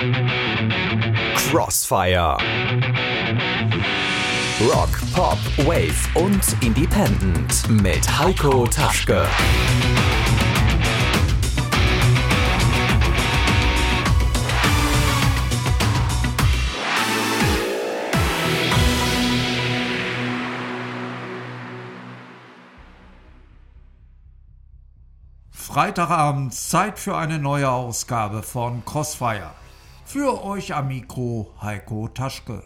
Crossfire. Rock, Pop, Wave und Independent mit Heiko Taschke. Freitagabend, Zeit für eine neue Ausgabe von Crossfire. Für euch am Mikro Heiko Taschke.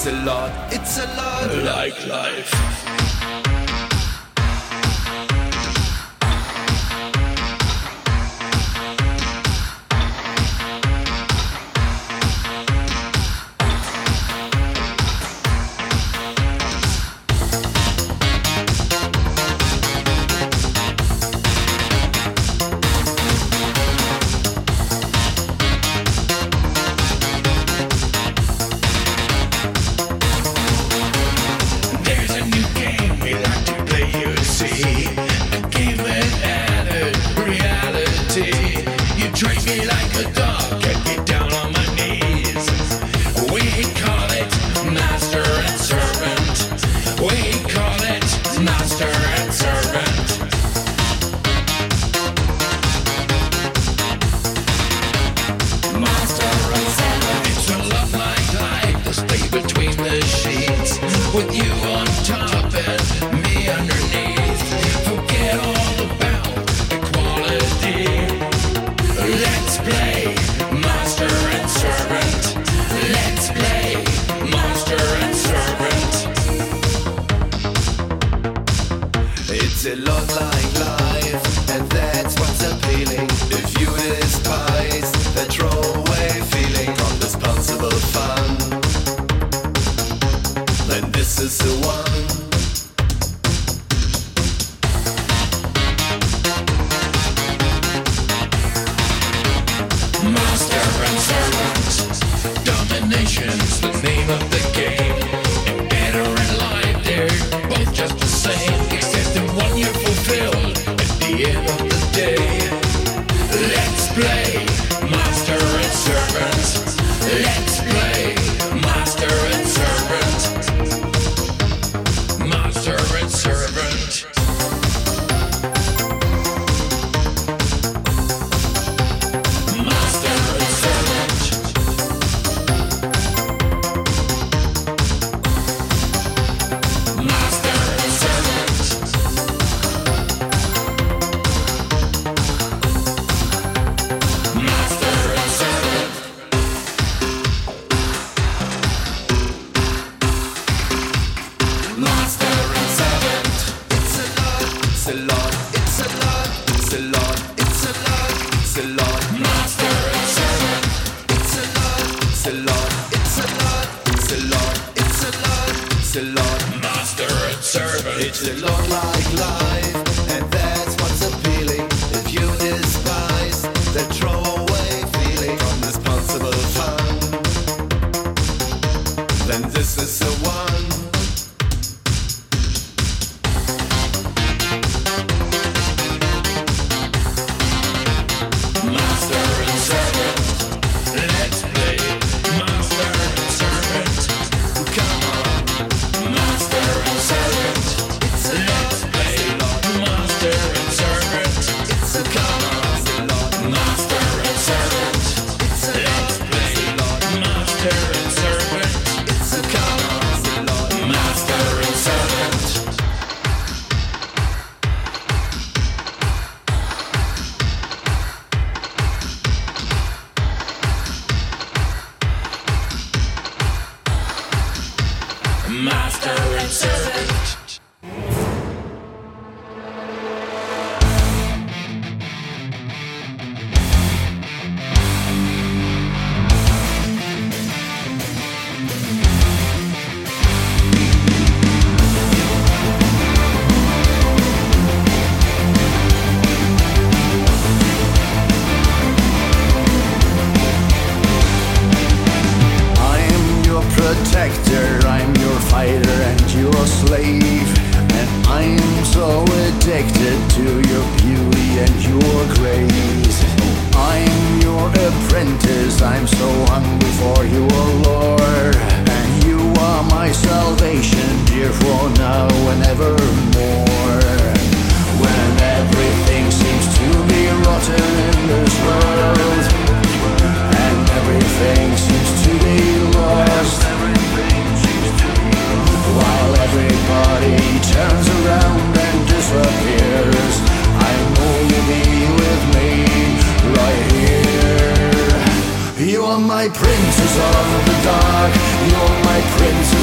it's a lot like life. With you on top and me underneath. Forget all about equality. Let's play master and servant. Let's play master and servant. It's a lot like life, and that's what's appealing. If you despise the throwaway feeling of responsible fun, then this is the one. Master and servant, domination's the name of the game. And better in life, they're both just the same, except in one you're fulfilled at the end of the day. Let's play master and servant. Let's play master and servant. Master and servant. Master and servant. Master and servant. Master and servant. Master and servant. It's a lot, it's a lot, it's a lot, it's a lot, it's a lot, it's a lot. Master and servant. It's a lot, it's a lot, it's a lot, it's a lot, it's a lot, it's a lot. Master and servant. It's a lot like life, and that's what's appealing. If you despise the throwaway feeling of responsible fun, then this is the one. Master and servant, let's play master and servant. Come on, master and servant, let's play master and servant. It's a come on, master and servant, let's play master and servant. It's a come on, master and servant. Master and servant. I'm your protector, I'm your fighter and your slave. And I'm so addicted to your beauty and your grace. I'm your apprentice, I'm so hungry for you, O Lord. And you are my salvation, dear, for now and evermore. When everything seems to be rotten in this world, and everything seems to be lost, while everybody turns around and disappears, I know you'll be with me right here. You are my princess of the dark, you're my princess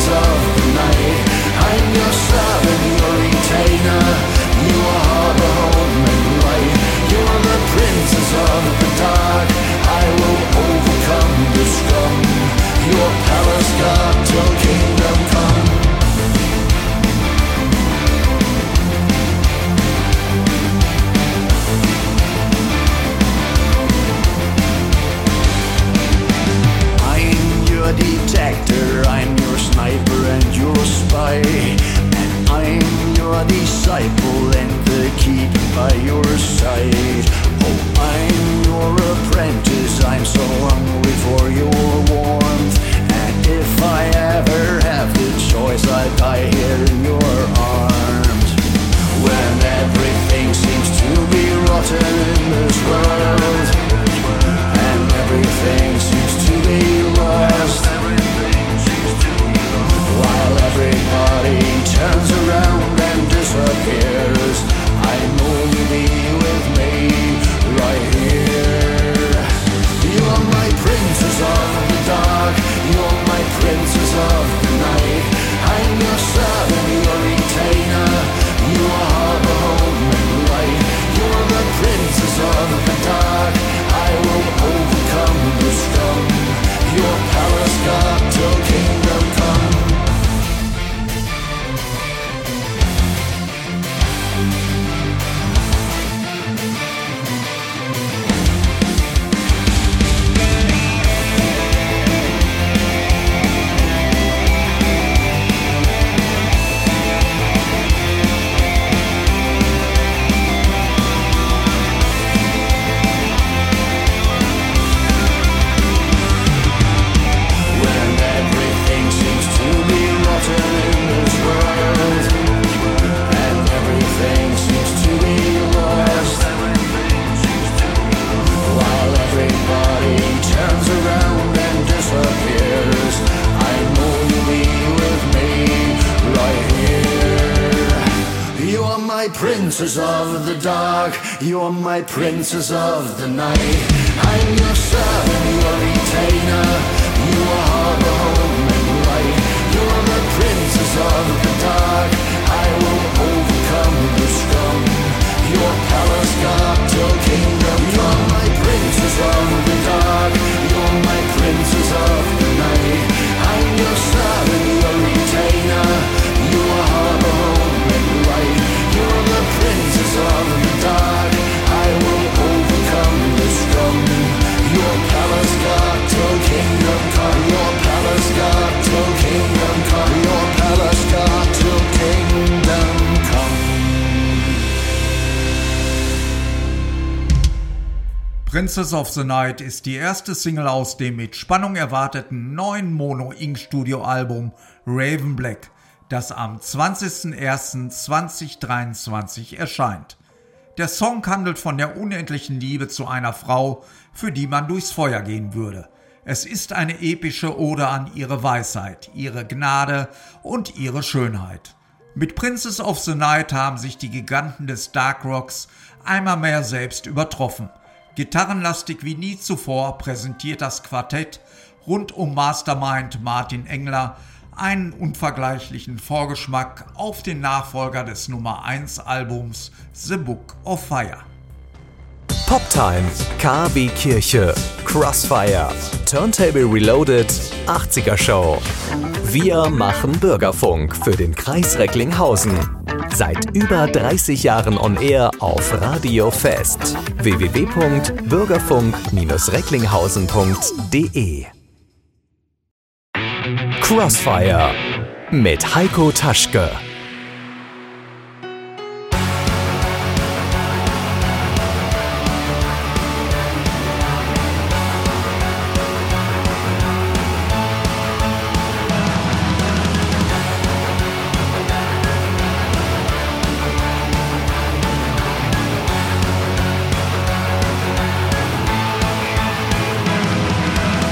way, and I'm your disciple and the keep by your side. Oh, I'm your apprentice, I'm so hungry for your warmth, and if I ever have the choice, I'd die here in your arms. When everything seems to be rotten in this world, and everything seems to be lost, while everybody turns around and disappears, I know you'll be with me right here. You're my princess of the dark, you're my princess of the night. I'm your servant, your retainer, you are the home and light. You're the princess of the dark, I will overcome the storm. Your palace guard till kingdom come. Princess of the dark, you're my princess of the night. I'm your servant, your retainer, you are the home and light. You're the princess of the dark, I will overcome the storm. Your palace guard till kingdom come. You're my princess of the dark, you're my princess of the night. I'm your servant, your retainer, you are the home and light. You're the princess of the dark, I will overcome the storm. Your palace guard till kingdom come. Your palace guard till kingdom come. Your palace guard till kingdom come. Princess of the Night ist die erste Single aus dem mit Spannung erwarteten neuen Mono-Ink-Studio-Album Raven Black, das am 20.01.2023 erscheint. Der Song handelt von der unendlichen Liebe zu einer Frau, für die man durchs Feuer gehen würde. Es ist eine epische Ode an ihre Weisheit, ihre Gnade und ihre Schönheit. Mit Princess of the Night haben sich die Giganten des Dark Rocks einmal mehr selbst übertroffen. Gitarrenlastig wie nie zuvor präsentiert das Quartett rund um Mastermind Martin Engler einen unvergleichlichen Vorgeschmack auf den Nachfolger des Nummer 1 Albums The Book of Fire. Poptime, KW Kirche, Crossfire, Turntable Reloaded, 80er Show. Wir machen Bürgerfunk für den Kreis Recklinghausen. Seit über 30 Jahren on air auf Radio Fest. www.bürgerfunk-recklinghausen.de Crossfire mit Heiko Taschke.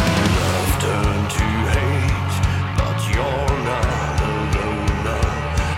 Turned to hate, but you're not alone.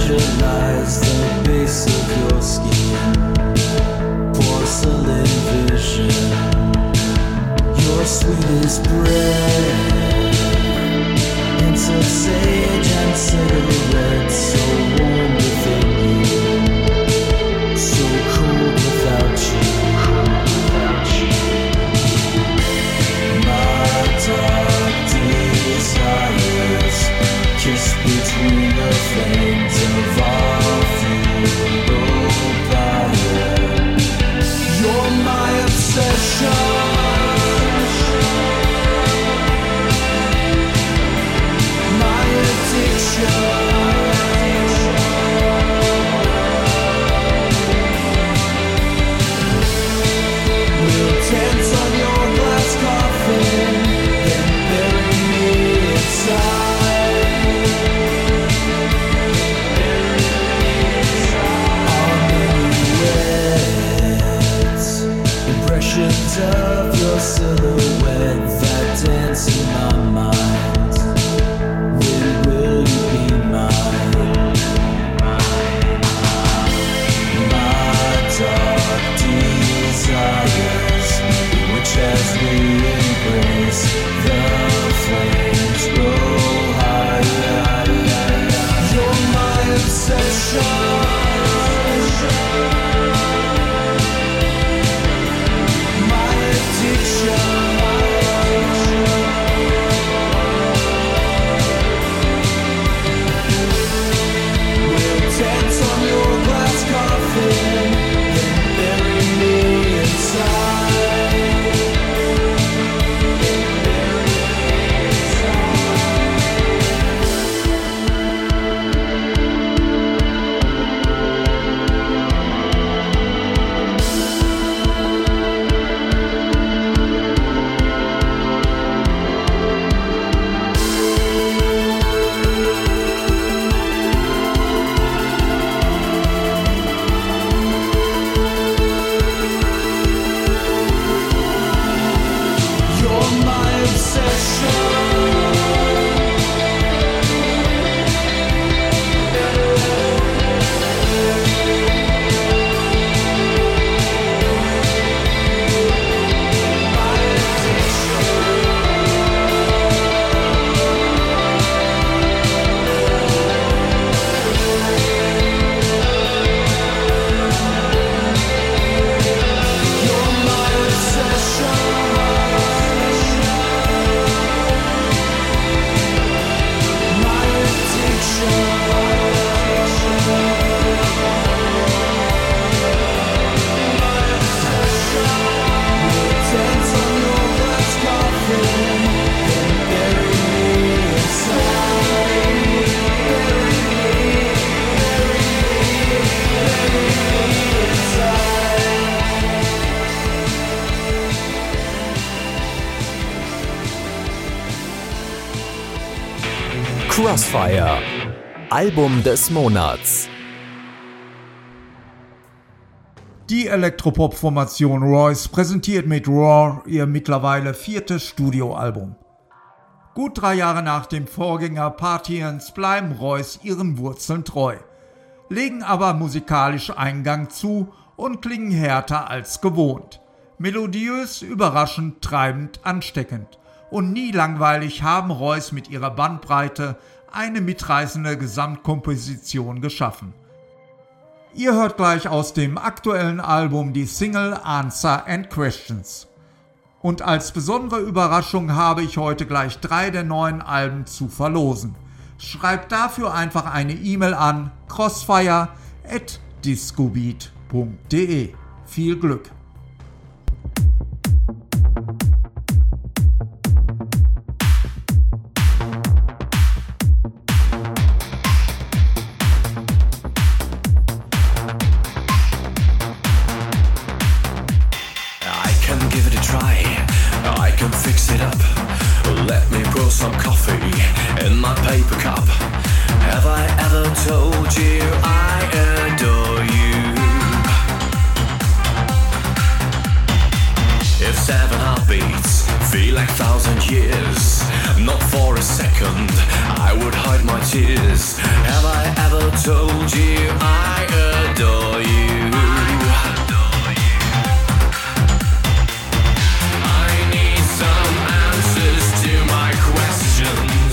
visualize the base of your skin. Porcelain vision, your sweetest breath. Hints of sage and cigarettes, so warm within you, so cold without you. My dark desires kiss between the flames of our funeral pyre. You're my obsession. Of your silhouette that dance in my mind. When will you be mine? My dark desires, which as we embrace, the flames grow higher. You're my obsession. Crossfire, Album des Monats. Die Elektropop-Formation Royce präsentiert mit Roar ihr mittlerweile 4. Studioalbum. Gut 3 Jahre nach dem Vorgänger Parthians bleiben Royce ihren Wurzeln treu, legen aber musikalisch Eingang zu und klingen härter als gewohnt. Melodiös, überraschend, treibend, ansteckend und nie langweilig haben Royce mit ihrer Bandbreite eine mitreißende Gesamtkomposition geschaffen. Ihr hört gleich aus dem aktuellen Album die Single Answer and Questions. Und als besondere Überraschung habe ich heute gleich 3 der neuen Alben zu verlosen. Schreibt dafür einfach eine E-Mail an crossfire@discobeat.de. Viel Glück! Some coffee in my paper cup. Have I ever told you I adore you? If 7 heartbeats feel like 1,000 years, not for a second I would hide my tears. Have I I ever told you I adore you? I need some answers to my questions.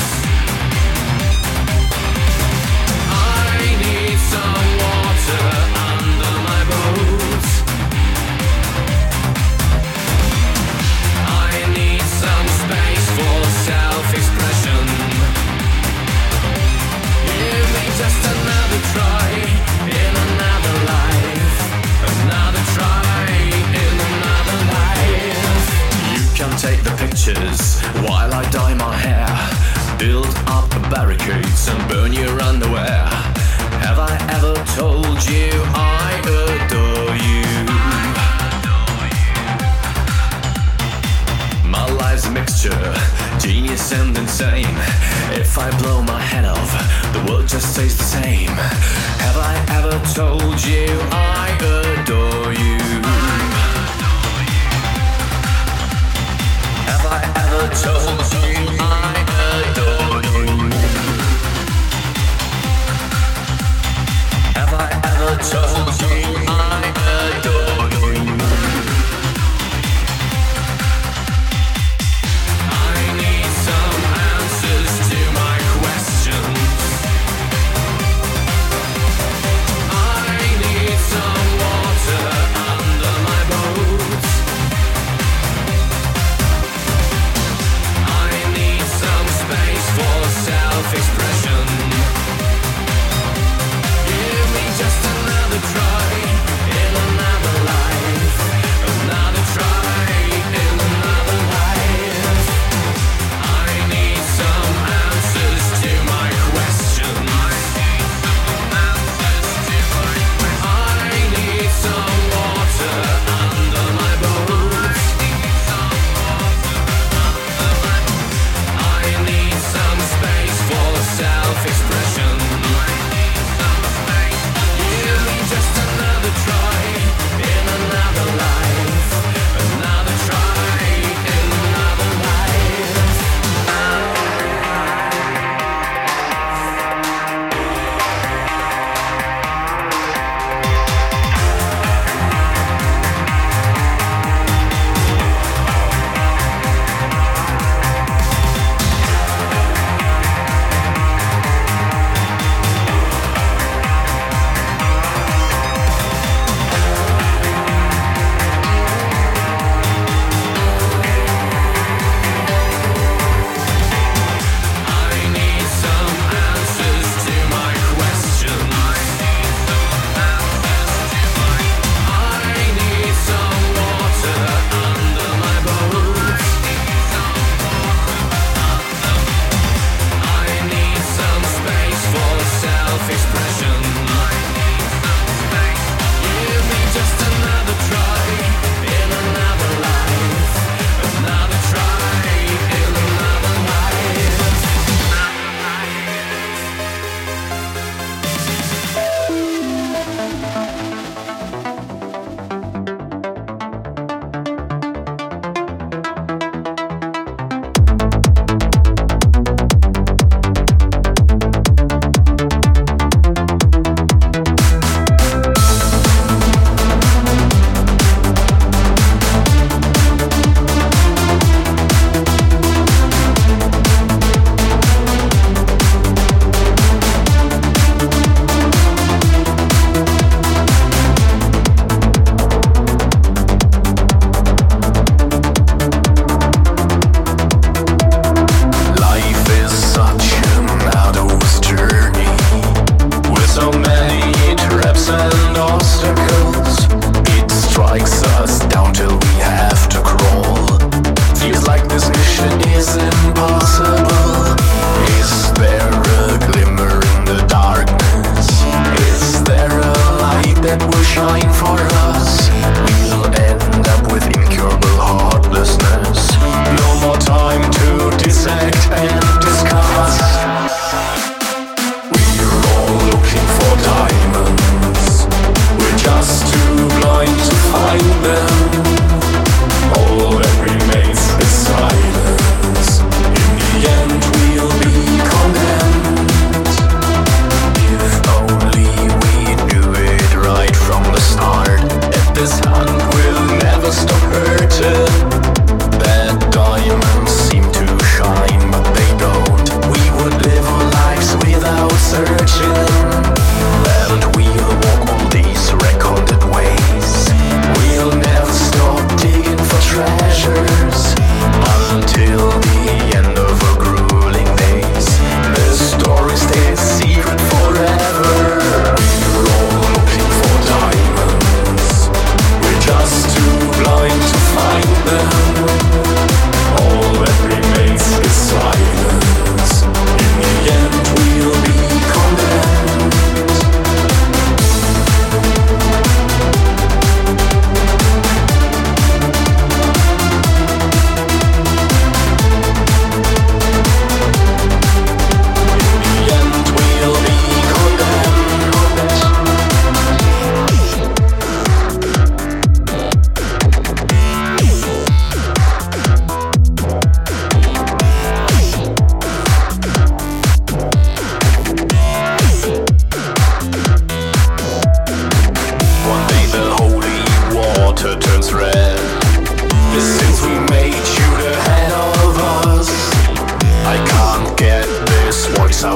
I need some water under my boat. I need some space for self-expression. Give me just another try in another life. Another try in another life. You can take the pictures while I dye my hair. Build up barricades and burn your underwear. Have I ever told you I adore you? My life's a mixture, genius and insane. If I blow my head off, the world just stays the same. Have I ever told you I adore you? Have I ever told you I adore you? Have I ever told you I adore you? I need some answers to my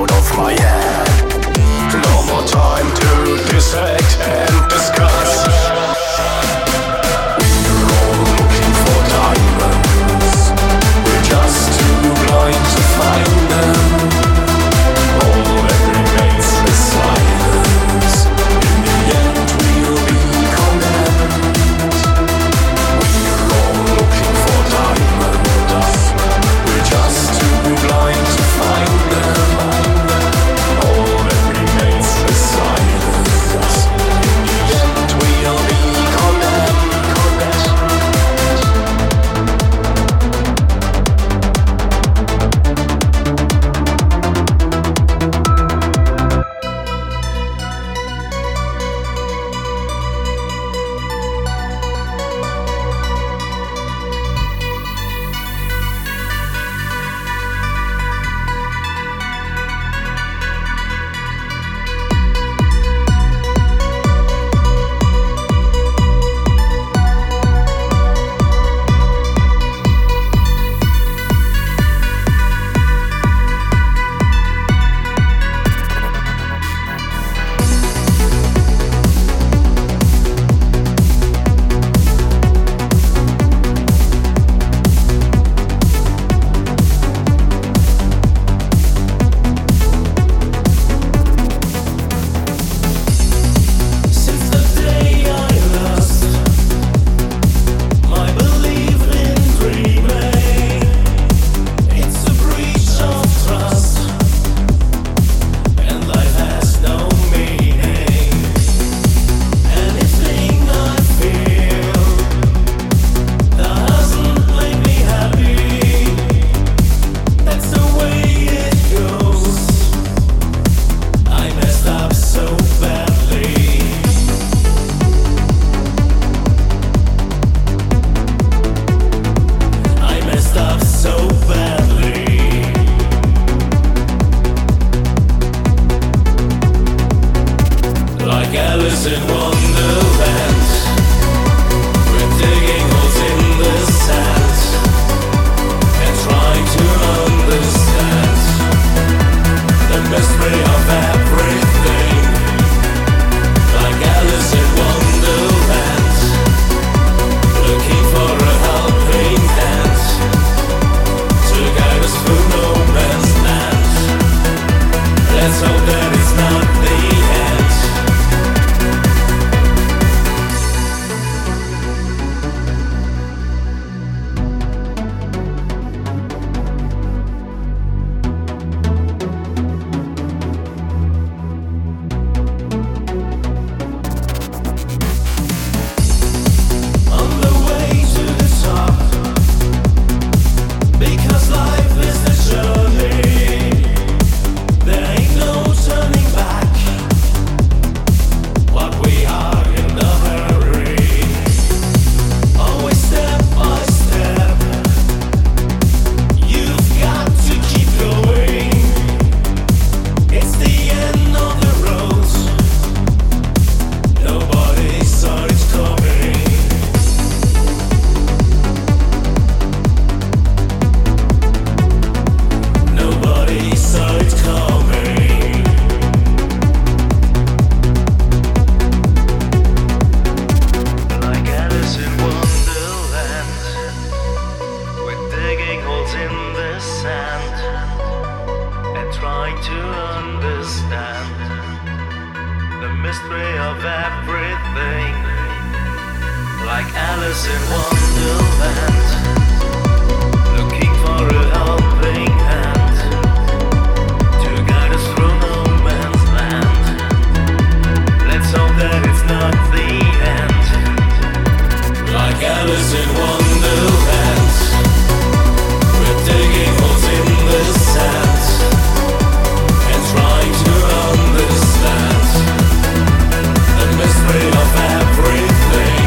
out of my head. No more time to dissect and discuss. We're all looking for diamonds. We're just too blind to find them. All that remains is silence. In the end we'll be condemned. We're all looking for diamonds. We're just too blind to find them. All that remains is silence. In the end we'll be condemned.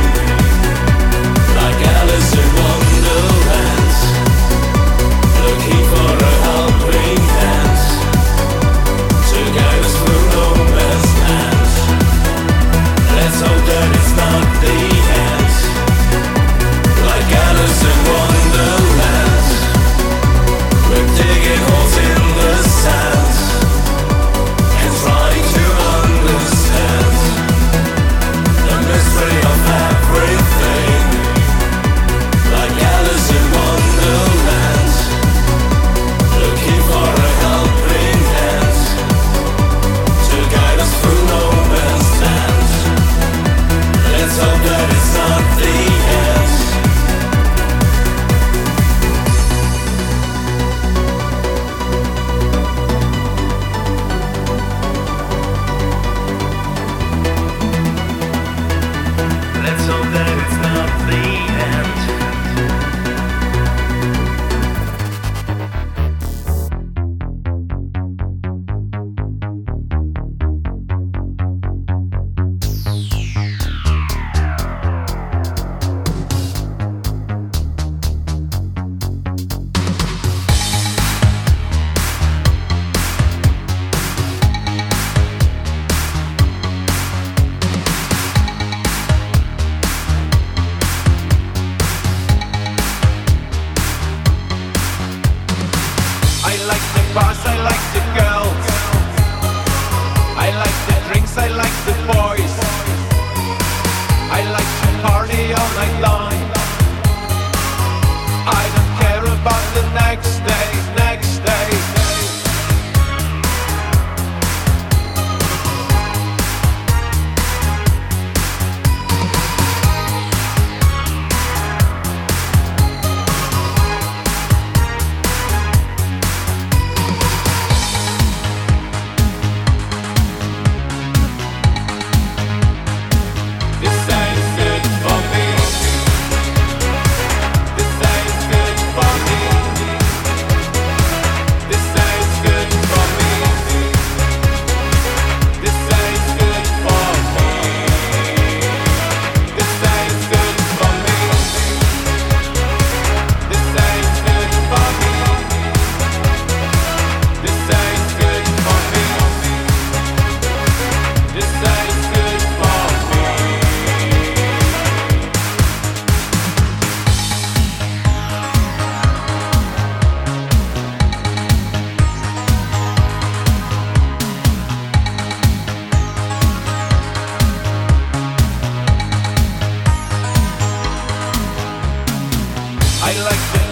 Looking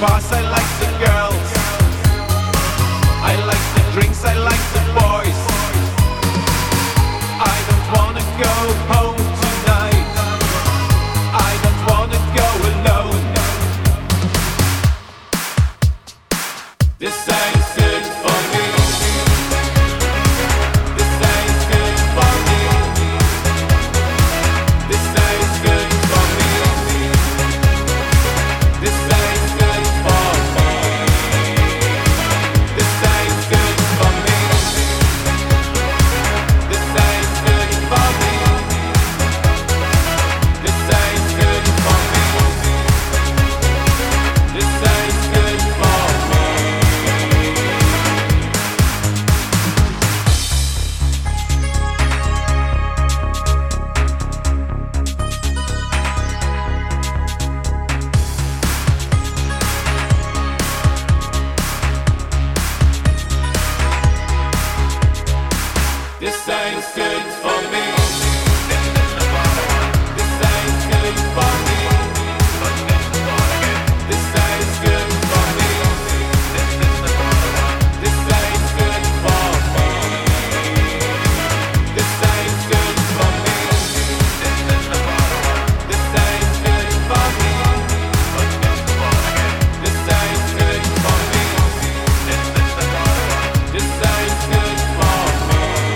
bars, I like the girls. I like the drinks, I like the boys. I don't wanna go home tonight. I don't wanna go alone. This ain't good for me. This ain't good for me. This ain't good for me. This ain't good for me. This ain't good for me. This ain't good for me. This ain't good for me. This ain't good for me. This ain't good for me. This ain't good for me. This ain't good for me. This ain't good for me. This ain't good for me. This ain't good for me. This ain't good for me. This ain't good for me.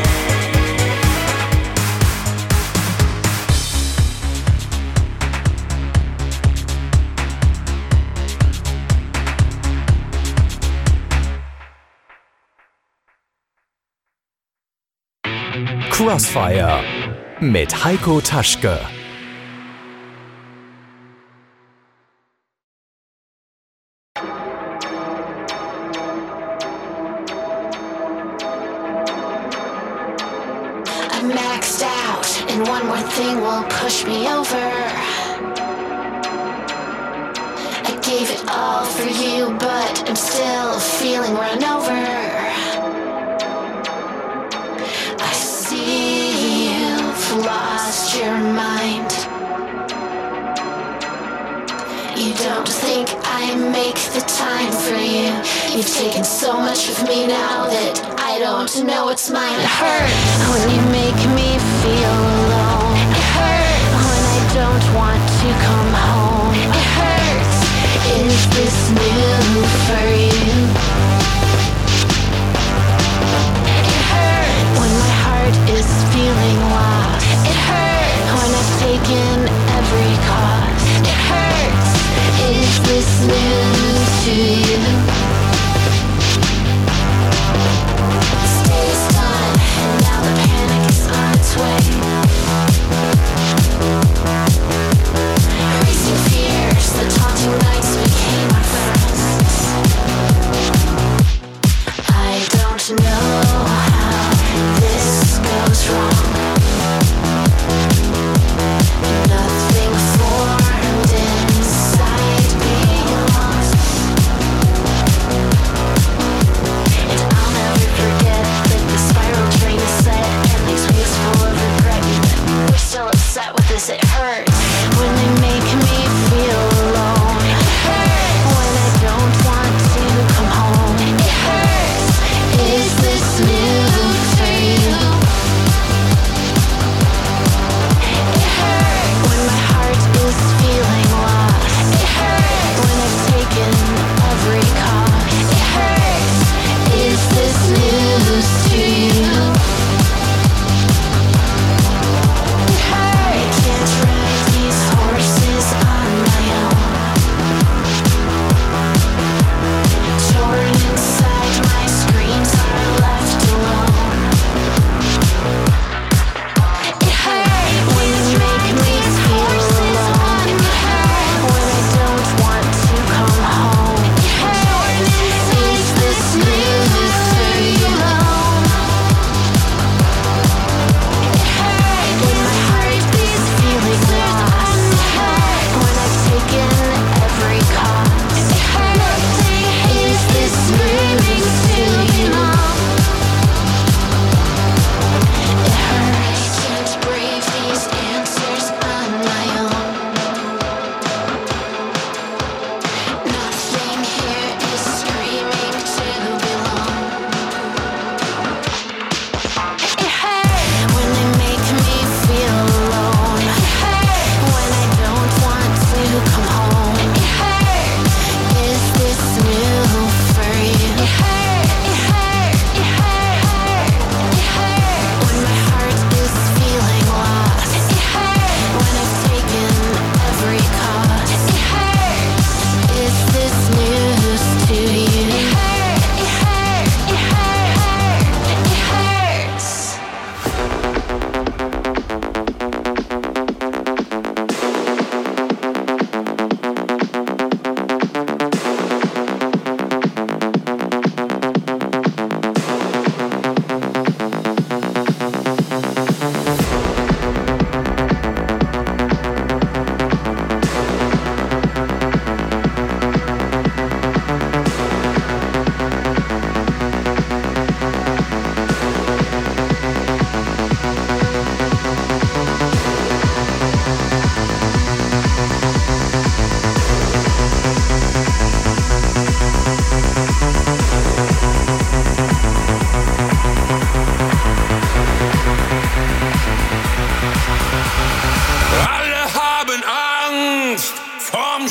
Crossfire mit Heiko Taschke. I'm maxed out, and one more thing will push me over. I gave it all for you, but I'm still feeling run over. I see you've lost your mind. You don't think I make the time for you. You've taken so much of me now that I don't know it's mine. It hurts when you make me feel alone. It hurts when I don't want to come home. It hurts. Is this new for you? It hurts when my heart is feeling lost. It hurts when I've taken every cost. It hurts. Is this news to you? This day is done, and now the panic is on its way. Racing fears, the taunting nights became our friends.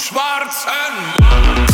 schwarzen Mann.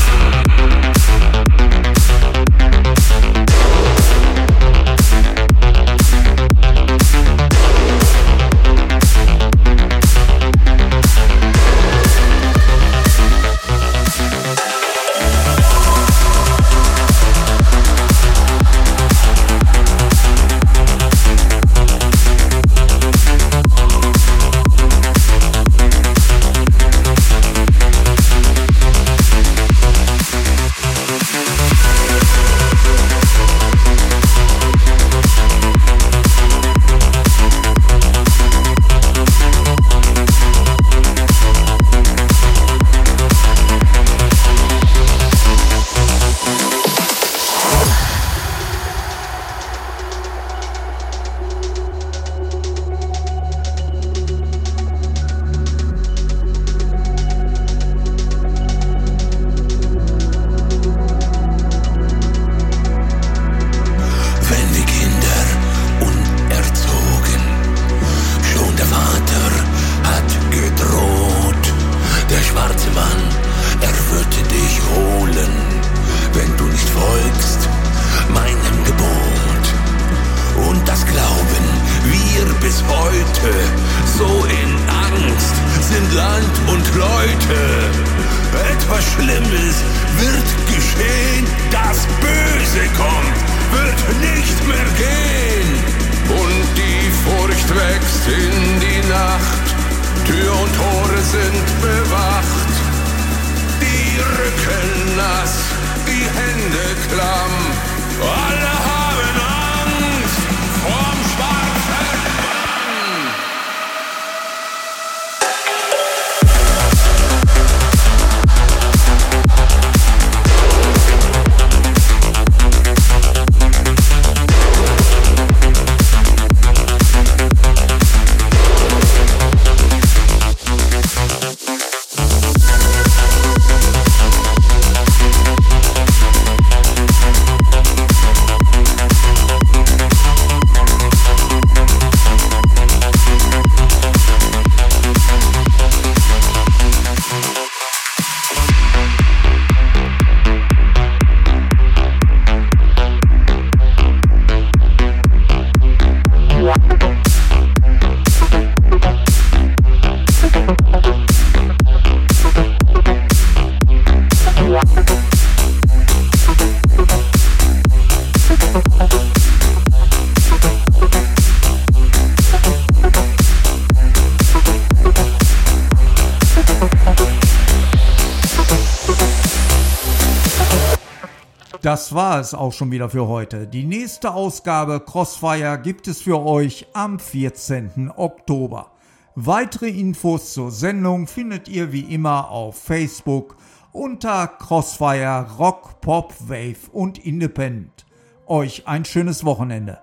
Das war es auch schon wieder für heute. Die nächste Ausgabe Crossfire gibt es für euch am 14. Oktober. Weitere Infos zur Sendung findet ihr wie immer auf Facebook unter Crossfire Rock, Pop, Wave und Independent. Euch ein schönes Wochenende.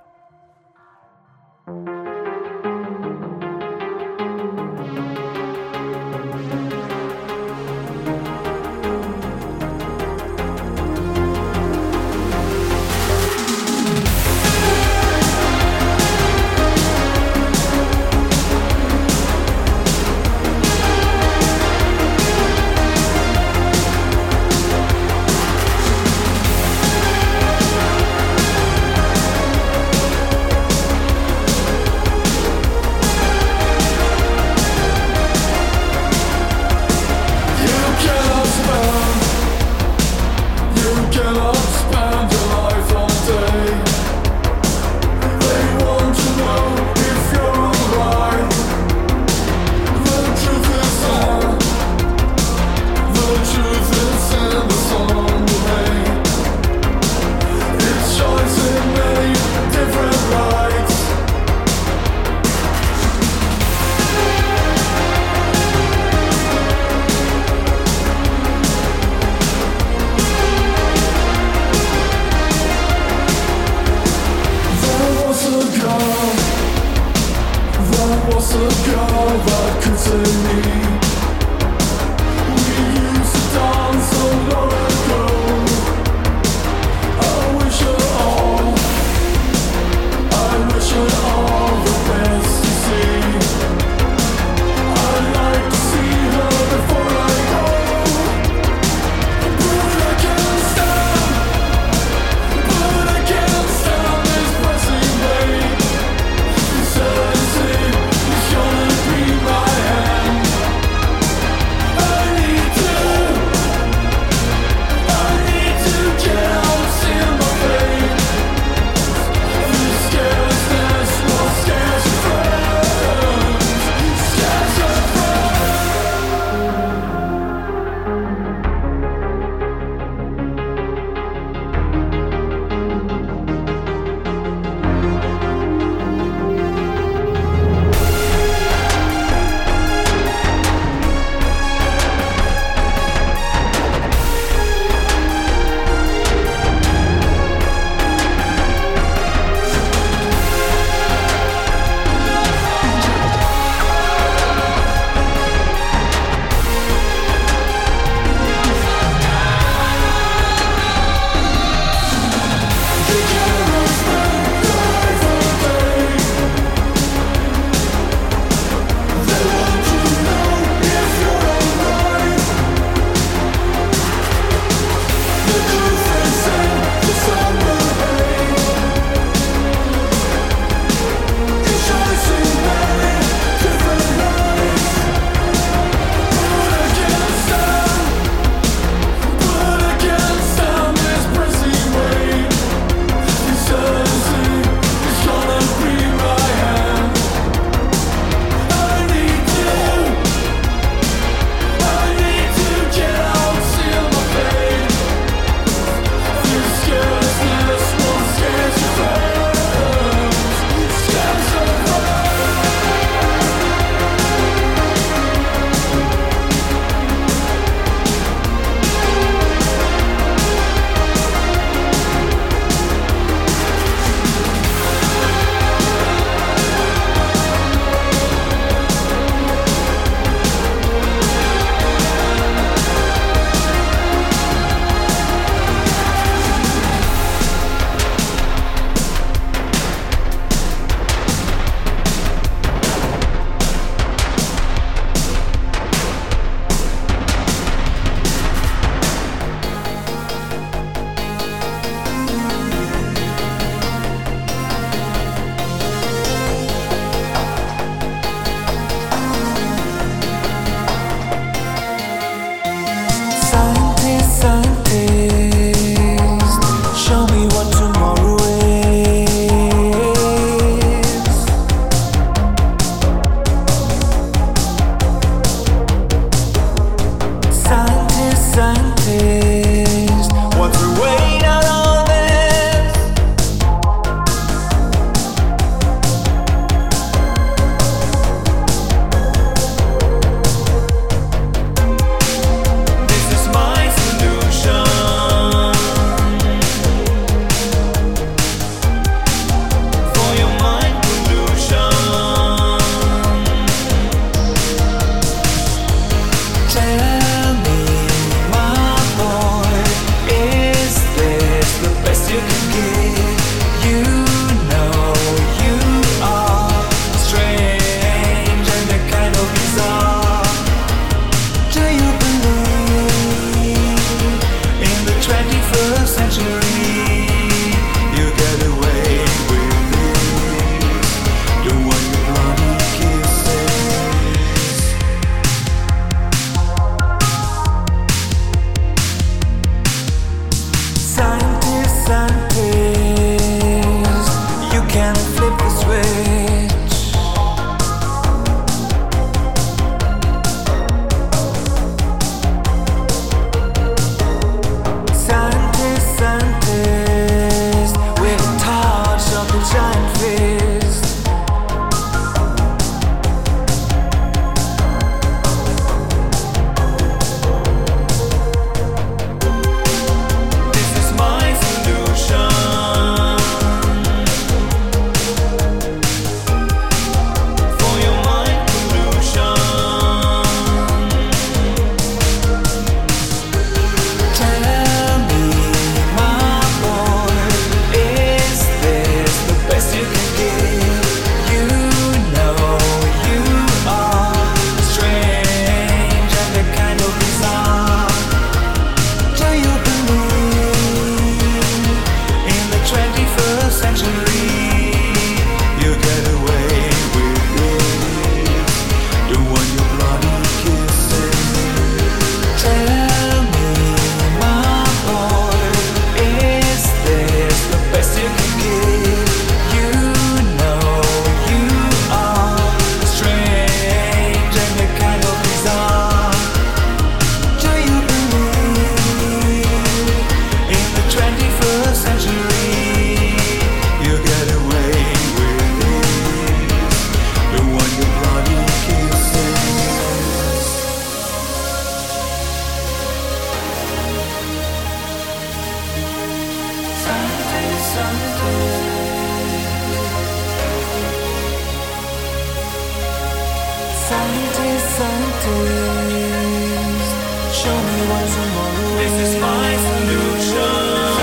This is my solution.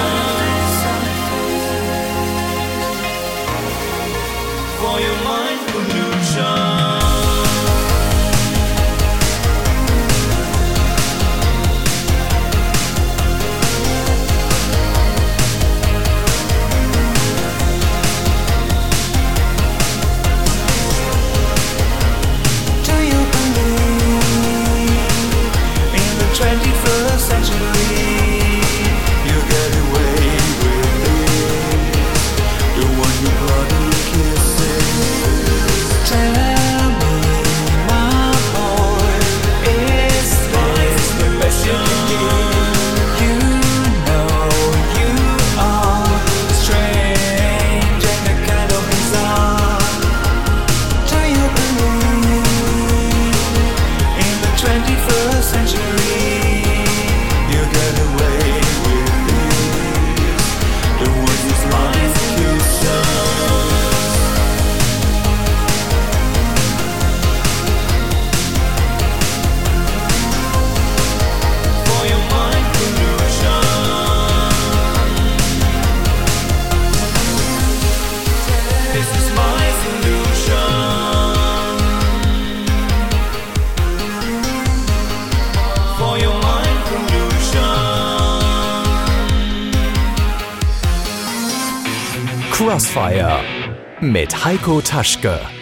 For your mind pollution. Crossfire mit Heiko Taschke.